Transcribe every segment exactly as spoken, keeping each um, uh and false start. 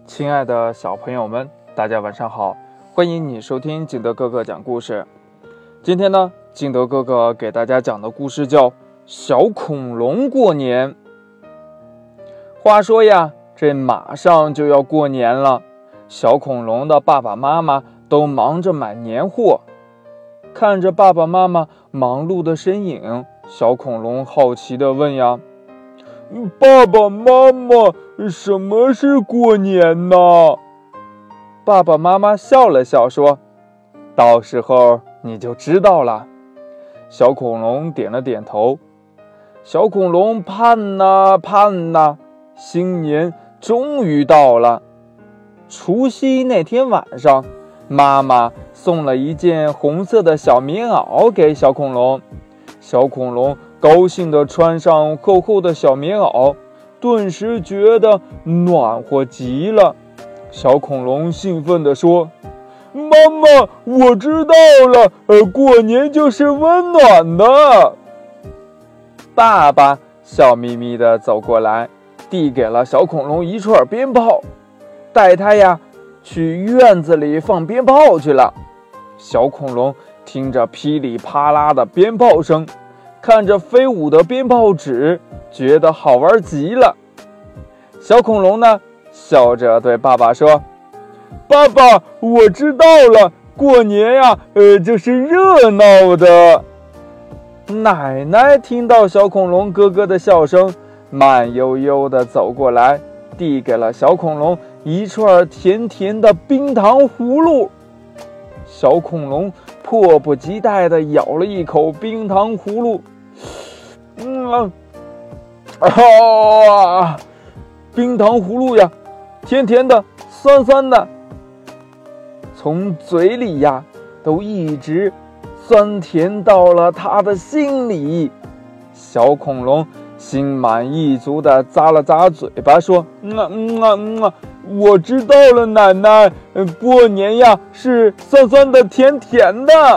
亲爱的小朋友们，大家晚上好，欢迎你收听金德哥哥讲故事。今天呢，金德哥哥给大家讲的故事叫《小恐龙过年》。话说呀，这马上就要过年了，小恐龙的爸爸妈妈都忙着买年货。看着爸爸妈妈忙碌的身影，小恐龙好奇地问呀：爸爸妈妈，什么是过年呢？爸爸妈妈笑了笑说：到时候你就知道了。小恐龙点了点头。小恐龙盼呐盼呐，新年终于到了。除夕那天晚上，妈妈送了一件红色的小棉袄给小恐龙。小恐龙高兴地穿上厚厚的小棉袄，顿时觉得暖和极了。小恐龙兴奋地说：妈妈，我知道了，呃，过年就是温暖的。爸爸笑眯眯地走过来，递给了小恐龙一串鞭炮，带他呀去院子里放鞭炮去了。小恐龙听着噼里啪啦的鞭炮声，看着飞舞的鞭炮纸，觉得好玩极了。小恐龙呢，笑着对爸爸说：爸爸，我知道了，过年呀，呃，就是热闹的。奶奶听到小恐龙咯咯的笑声，慢悠悠地走过来，递给了小恐龙一串甜甜的冰糖葫芦。小恐龙迫不及待地咬了一口冰糖葫芦，嗯啊，冰糖葫芦呀，甜甜的，酸酸的，从嘴里呀都一直酸甜到了他的心里。小恐龙心满意足地咂了咂嘴巴，说：嗯啊嗯啊嗯啊，我知道了，奶奶，过年呀是酸酸的甜甜的。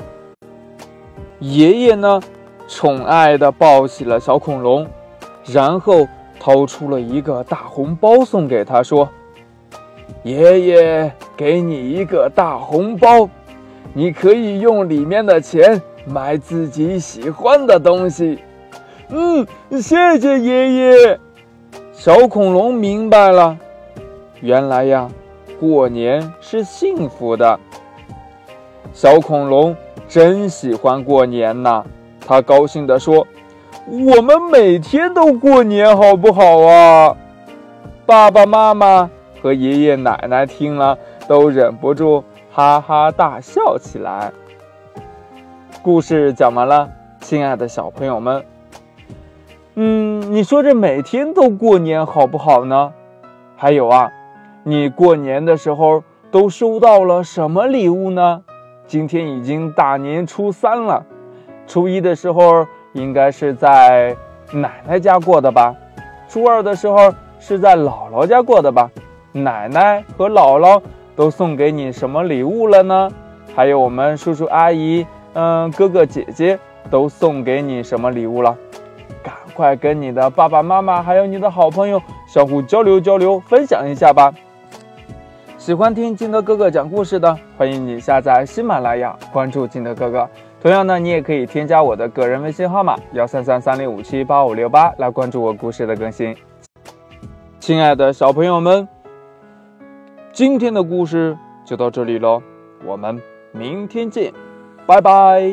爷爷呢，宠爱地抱起了小恐龙，然后掏出了一个大红包送给他，说：爷爷给你一个大红包，你可以用里面的钱买自己喜欢的东西。嗯，谢谢爷爷。小恐龙明白了，原来呀，过年是幸福的。小恐龙真喜欢过年呐，他高兴地说：我们每天都过年好不好啊？爸爸妈妈和爷爷奶奶听了都忍不住哈哈大笑起来。故事讲完了，亲爱的小朋友们，嗯，你说这每天都过年好不好呢？还有啊，你过年的时候都收到了什么礼物呢？今天已经大年初三了，初一的时候应该是在奶奶家过的吧，初二的时候是在姥姥家过的吧。奶奶和姥姥都送给你什么礼物了呢？还有我们叔叔阿姨，嗯，哥哥姐姐都送给你什么礼物了？赶快跟你的爸爸妈妈还有你的好朋友相互交流交流，分享一下吧。喜欢听金德哥哥讲故事的，欢迎你下载喜马拉雅，关注金德哥哥。同样呢，你也可以添加我的个人微信号码幺三三三零五七八五六八来关注我故事的更新。亲爱的小朋友们，今天的故事就到这里了，我们明天见，拜拜。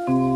拜。